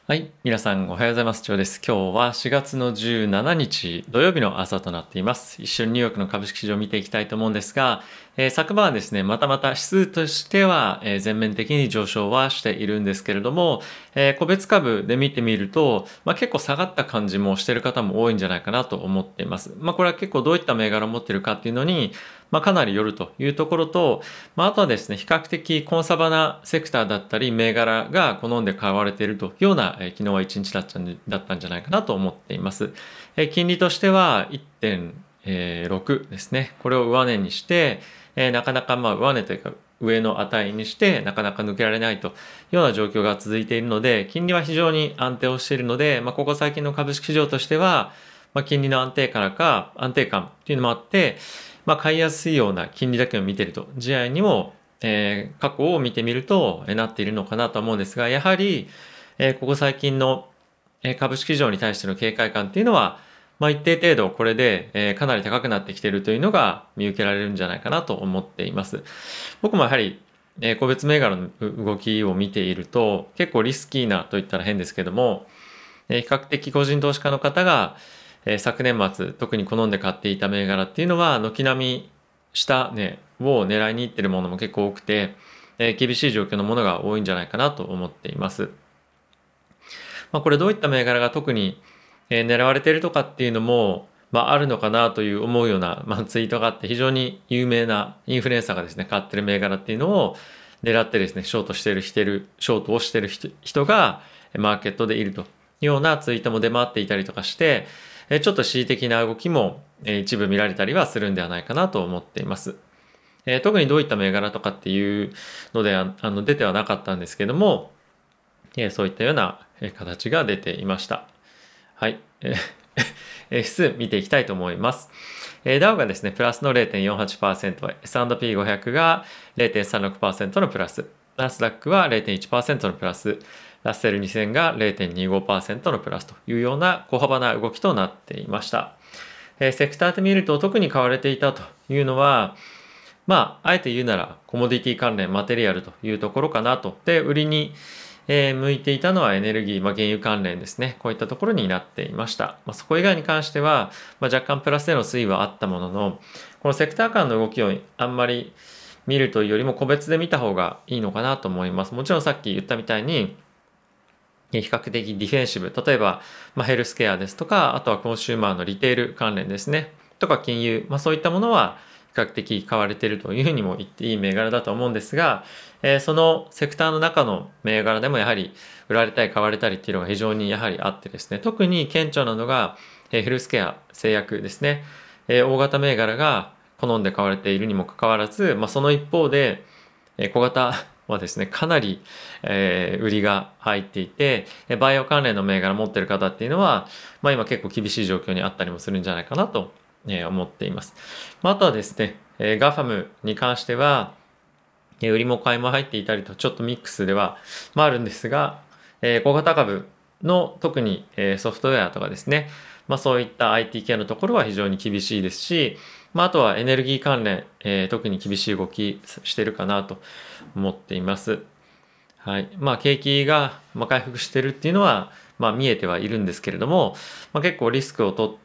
はい。皆さんおはようございます。ジョーです。今日は4月の17日土曜日の朝となっています。一緒にニューヨークの株式市場を見ていきたいと思うんですが、昨晩はですね、また指数としては、全面的に上昇はしているんですけれども、個別株で見てみると、結構下がった感じもしている方も多いんじゃないかなと思っています。これは結構どういった銘柄を持っているかっていうのに、かなりよるというところと、あとはですね、比較的コンサバなセクターだったり、銘柄が好んで買われているというような、昨日は一日だったんじゃないかなと思っています。金利としては1.6ですね。これを上値にして、なかなか上値というか上の値にしてなかなか抜けられないというような状況が続いているので、金利は非常に安定をしているので、ここ最近の株式市場としては、金利の安定感っていうのもあって、買いやすいような金利だけを見ていると、地合いにも、過去を見てみると、なっているのかなと思うんですが、やはり、ここ最近の株式市場に対しての警戒感っていうのは、一定程度これで、かなり高くなってきているというのが見受けられるんじゃないかなと思っています。僕もやはり、個別銘柄の動きを見ていると、結構リスキーなと言ったら変ですけども、比較的個人投資家の方が、昨年末特に好んで買っていた銘柄っていうのは軒並み下値を狙いに行ってるものも結構多くて、厳しい状況のものが多いんじゃないかなと思っています。これどういった銘柄が特に、狙われているとかっていうのも、あるのかなという思うような、ツイートがあって非常に有名なインフルエンサーがですね買ってる銘柄っていうのを狙ってですねショートをしてる人がマーケットでいるというようなツイートも出回っていたりとかして、ちょっと恣意的な動きも一部見られたりはするんではないかなと思っています。特にどういった銘柄とかっていうので出てはなかったんですけども、そういったような形が出ていました。はい。指数見ていきたいと思います。ダウがですね、プラスの 0.48%、S&P500 が0.36%のプラス、ナスダックは 0.1% のプラス、ラッセル2000が 0.25% のプラスというような小幅な動きとなっていました。セクターで見ると特に買われていたというのは、あえて言うならコモディティ関連マテリアルというところかなと。で、売りに向いていたのはエネルギー、原油関連ですね。こういったところになっていました。そこ以外に関しては、若干プラスでの推移はあったものの、このセクター間の動きをあんまり見るというよりも個別で見た方がいいのかなと思います。もちろんさっき言ったみたいに、比較的ディフェンシブ、例えば、ヘルスケアですとか、あとはコンシューマーのリテール関連ですね。とか金融、そういったものは比較的買われているというふうにも言っていい銘柄だと思うんですが、そのセクターの中の銘柄でもやはり売られたり買われたりっていうのが非常にやはりあってですね、特に顕著なのが、ヘルスケア、製薬ですね。大型銘柄が好んで買われているにもかかわらず、その一方で、小型はですね、かなり、売りが入っていて、バイオ関連の銘柄持ってる方っていうのは、今結構厳しい状況にあったりもするんじゃないかなと、思っています。あとはですね、ガファムに関しては、売りも買いも入っていたりと、ちょっとミックスでは、あるんですが、小型株の特に、ソフトウェアとかですね、そういった IT 系のところは非常に厳しいですし、あとはエネルギー関連、特に厳しい動きしてるかなと思っています。はい。景気が、回復してるっていうのは、見えてはいるんですけれども、結構リスクを取って、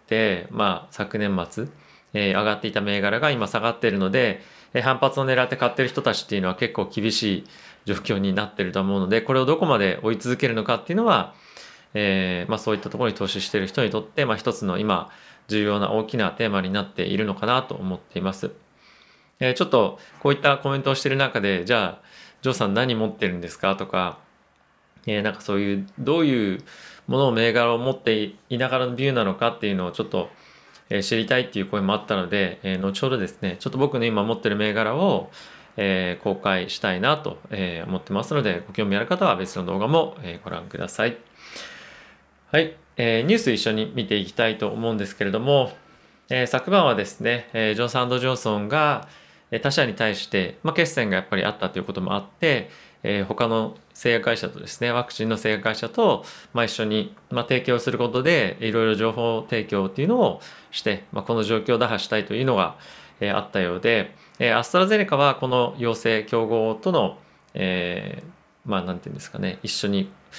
昨年末、上がっていた銘柄が今下がっているので、反発を狙って買ってる人たちっていうのは結構厳しい状況になってると思うので、これをどこまで追い続けるのかっていうのは、そういったところに投資している人にとって、一つの今重要な大きなテーマになっているのかなと思っています。ちょっとこういったコメントをしている中で、じゃあジョーさん何持ってるんですかとか、なんかそういうどういうものを銘柄を持っていながらのビューなのかっていうのをちょっと知りたいっていう声もあったので、後ほどですねちょっと僕の今持ってる銘柄を公開したいなと思ってますので、ご興味ある方は別の動画もご覧ください。はい、ニュース一緒に見ていきたいと思うんですけれども、昨晩はですね、ジョンソンジョンソンが他社に対して、決戦がやっぱりあったということもあって、他の製薬会社とですね、ワクチンの製薬会社と、一緒に、提供することでいろいろ情報提供っていうのをして、この状況を打破したいというのが、あったようで、アストラゼネカはこの陽性競合との、なんていうんですかね、一緒に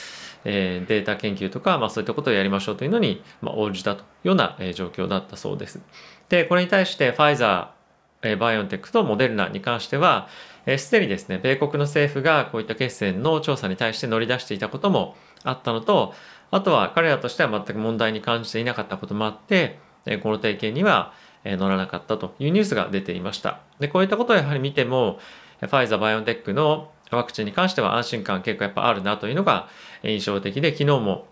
データ研究とか、そういったことをやりましょうというのに、応じたというような状況だったそうです。で、これに対してファイザー、バイオンテックとモデルナに関しては、すでにですね、米国の政府がこういった血栓の調査に対して乗り出していたこともあったのと、あとは彼らとしては全く問題に感じていなかったこともあって、この提携には乗らなかったというニュースが出ていました。で、こういったことをやはり見ても、ファイザー、バイオンテックのワクチンに関しては安心感結構やっぱあるなというのが印象的で、昨日も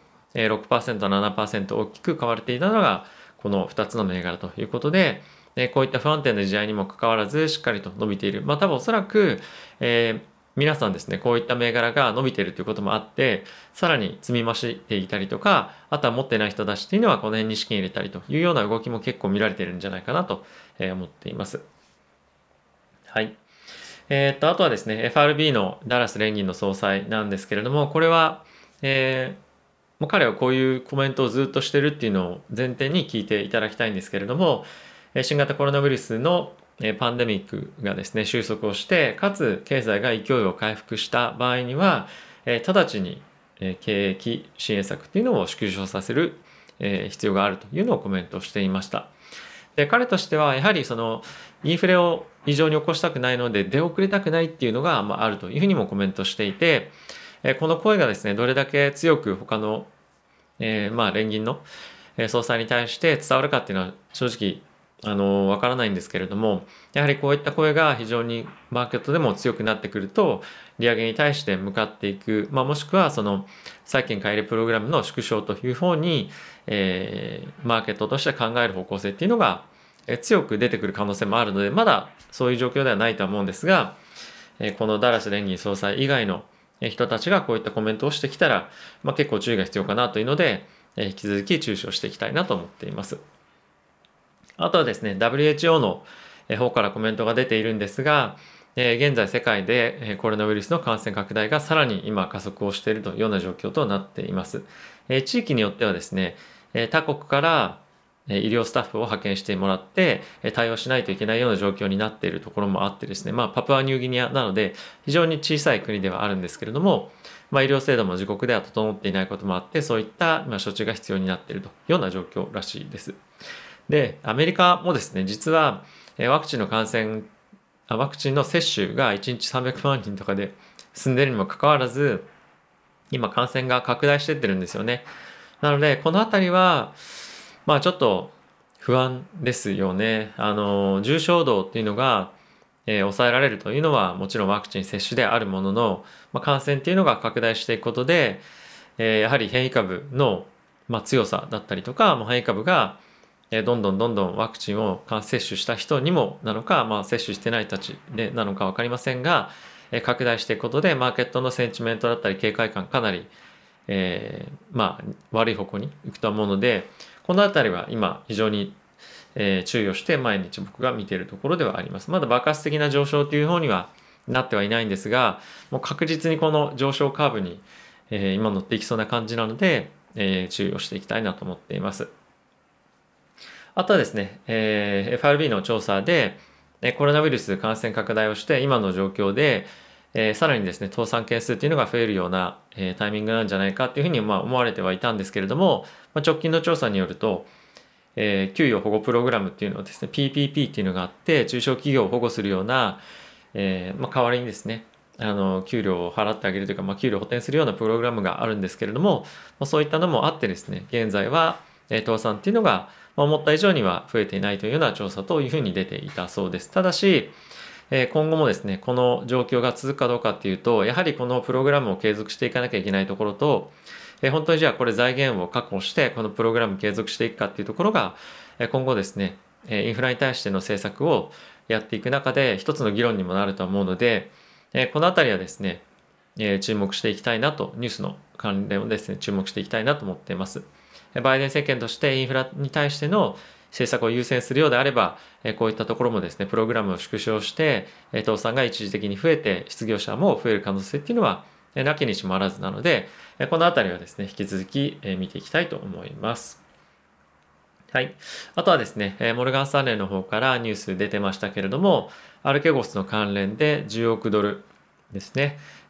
6%、7% 大きく買われていたのがこの2つの銘柄ということで、こういった不安定な時代にもかかわらずしっかりと伸びている。多分おそらく、皆さんですね、こういった銘柄が伸びているということもあって、さらに積み増していたりとか、あとは持ってない人たちっていうのはこの辺に資金入れたりというような動きも結構見られているんじゃないかなと思っています。はい。あとはですね、FRB のダラス連銀の総裁なんですけれども、これは、もう彼はこういうコメントをずっとしてるっていうのを前提に聞いていただきたいんですけれども、新型コロナウイルスのパンデミックがですね、収束をして、かつ経済が勢いを回復した場合には、直ちに景気支援策っていうのを縮小させる必要があるというのをコメントしていました。で、彼としてはやはりそのインフレを異常に起こしたくないので出遅れたくないっていうのがあるというふうにもコメントしていて、この声がですね、どれだけ強く他の、連銀の総裁に対して伝わるかっていうのは正直わからないんですけれども、やはりこういった声が非常にマーケットでも強くなってくると、利上げに対して向かっていく、もしくはその債券買い入れプログラムの縮小という方に、マーケットとして考える方向性っていうのが強く出てくる可能性もあるので、まだそういう状況ではないとは思うんですが、このダラス連銀総裁以外の人たちがこういったコメントをしてきたら、結構注意が必要かなというので、引き続き注視をしていきたいなと思っています。あとはですね、WHO の方からコメントが出ているんですが、現在世界でコロナウイルスの感染拡大がさらに今加速をしているというような状況となっています。地域によってはですね、他国から医療スタッフを派遣してもらって対応しないといけないような状況になっているところもあってですね、パプアニューギニアなので非常に小さい国ではあるんですけれども、医療制度も自国では整っていないこともあって、そういった処置が必要になっているというような状況らしいです。で、アメリカもですね、実はワクチンの接種が1日300万人とかで進んでいるにもかかわらず、今感染が拡大していってるんですよね。なので、このあたりは、ちょっと不安ですよね。重症度っていうのが、抑えられるというのはもちろんワクチン接種であるものの、感染っていうのが拡大していくことで、やはり変異株の、強さだったりとか、変異株がどんどんワクチンを接種した人にもなのか、接種してない人たちでなのか分かりませんが、拡大していくことでマーケットのセンチメントだったり警戒感かなり、悪い方向に行くと思うので、このあたりは今非常に注意をして毎日僕が見ているところではあります。まだ爆発的な上昇という方にはなってはいないんですが、もう確実にこの上昇カーブに今乗っていきそうな感じなので、注意をしていきたいなと思っています。あとはですね、FRB の調査でコロナウイルス感染拡大をして今の状況で、さらにですね倒産件数っていうのが増えるような、タイミングなんじゃないかっていうふうに思われてはいたんですけれども、直近の調査によると、給与保護プログラムっていうのはですね PPP っていうのがあって、中小企業を保護するような、代わりにですね給料を払ってあげるというか、給料を補填するようなプログラムがあるんですけれども、そういったのもあってですね、現在は倒産っていうのが思った以上には増えていないというような調査というふうに出ていたそうです。ただし、今後もですね、この状況が続くかどうかっていうと、やはりこのプログラムを継続していかなきゃいけないところと、本当にじゃあこれ財源を確保してこのプログラム継続していくかっていうところが、今後ですね、インフラに対しての政策をやっていく中で一つの議論にもなると思うので、このあたりはですね、注目していきたいなと、ニュースの関連をですね、注目していきたいなと思っています。バイデン政権としてインフラに対しての政策を優先するようであれば、こういったところもですね、プログラムを縮小して、倒産が一時的に増えて、失業者も増える可能性っていうのは、なきにしもあらずなので、このあたりはですね、引き続き見ていきたいと思います。はい。あとはですね、モルガン・スタンレーの方からニュース出てましたけれども、アルケゴスの関連で10億ドルですね、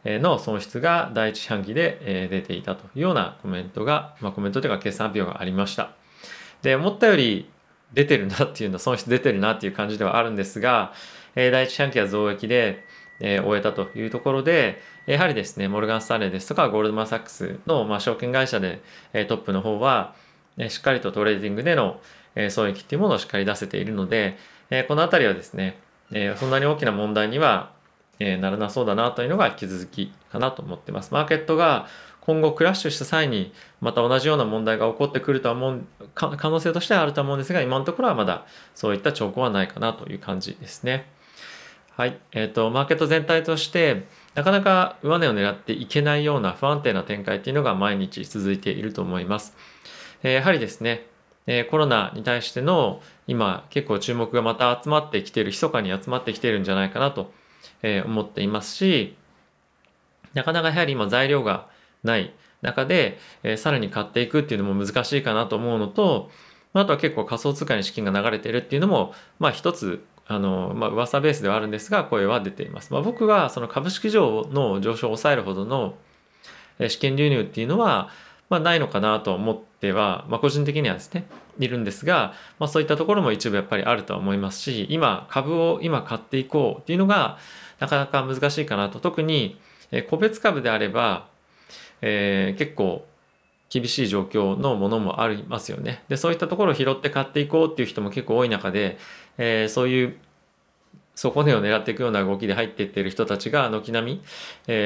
の損失が第一四半期で出ていたというようなコメントが、コメントというか決算発表がありました。で、思ったより出てるなっていうの、損失出てるなっていう感じではあるんですが、第一四半期は増益で、終えたというところで、やはりですね、モルガン・スタンレーですとかゴールドマン・サックスの、証券会社で、トップの方は、しっかりとトレーディングでの、損益っていうものをしっかり出せているので、このあたりはですね、そんなに大きな問題には、ならなそうだなというのが引き続きかなと思ってます。マーケットが今後クラッシュした際にまた同じような問題が起こってくるとは思う可能性としてはあると思うんですが、今のところはまだそういった兆候はないかなという感じですね。はい。マーケット全体としてなかなか上値を狙っていけないような不安定な展開っていうのが毎日続いていると思います。やはりですね、コロナに対しての今結構注目がまた集まってきている、密かに集まってきているんじゃないかなと思っていますし、なかなかやはり今材料がない中で、さらに買っていくっていうのも難しいかなと思うのと、あとは結構仮想通貨に資金が流れているっていうのも、一つ、噂ベースではあるんですが、声は出ています。僕がその株式上の上昇を抑えるほどの資金流入っていうのは、ないのかなと思っては、個人的にはですね、いるんですが、そういったところも一部やっぱりあるとは思いますし、株を今買っていこうっていうのがなかなか難しいかなと。特に個別株であれば、結構厳しい状況のものもありますよね。で、そういったところを拾って買っていこうっていう人も結構多い中で、そういう底値を狙っていくような動きで入っていっている人たちが軒並み、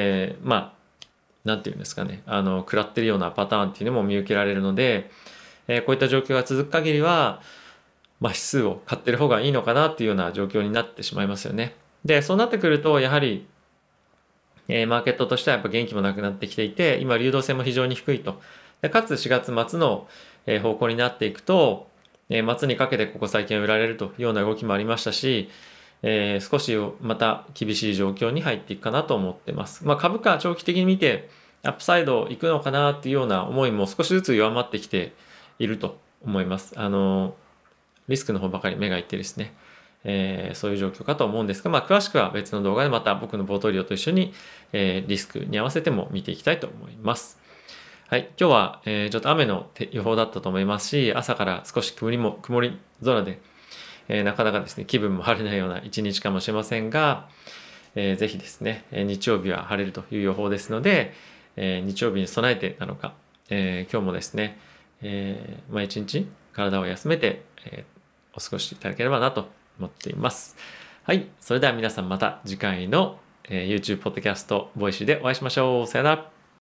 なんていうんですかね、食らってるようなパターンっていうのも見受けられるので、こういった状況が続く限りは、指数を買ってる方がいいのかなっていうような状況になってしまいますよね。で、そうなってくると、やはり、マーケットとしてはやっぱ元気もなくなってきていて、今流動性も非常に低いと。でかつ4月末の方向になっていくと、末にかけてここ最近売られるというような動きもありましたし、少しまた厳しい状況に入っていくかなと思ってます。株価長期的に見てアップサイド行くのかなっていうような思いも少しずつ弱まってきていると思います。リスクの方ばかり目がいってですね、そういう状況かと思うんですが、詳しくは別の動画でまた僕のポートフォリオと一緒に、リスクに合わせても見ていきたいと思います。はい、今日は、ちょっと雨の予報だったと思いますし、朝から少し曇り空で、なかなかですね、気分も晴れないような一日かもしれませんが、ぜひですね、日曜日は晴れるという予報ですので、日曜日に備えてなのか、今日もですね、一日体を休めて、お過ごしいただければなと思っています。はい、それでは皆さんまた次回の、YouTube ポッドキャストボイシーでお会いしましょう。さよなら。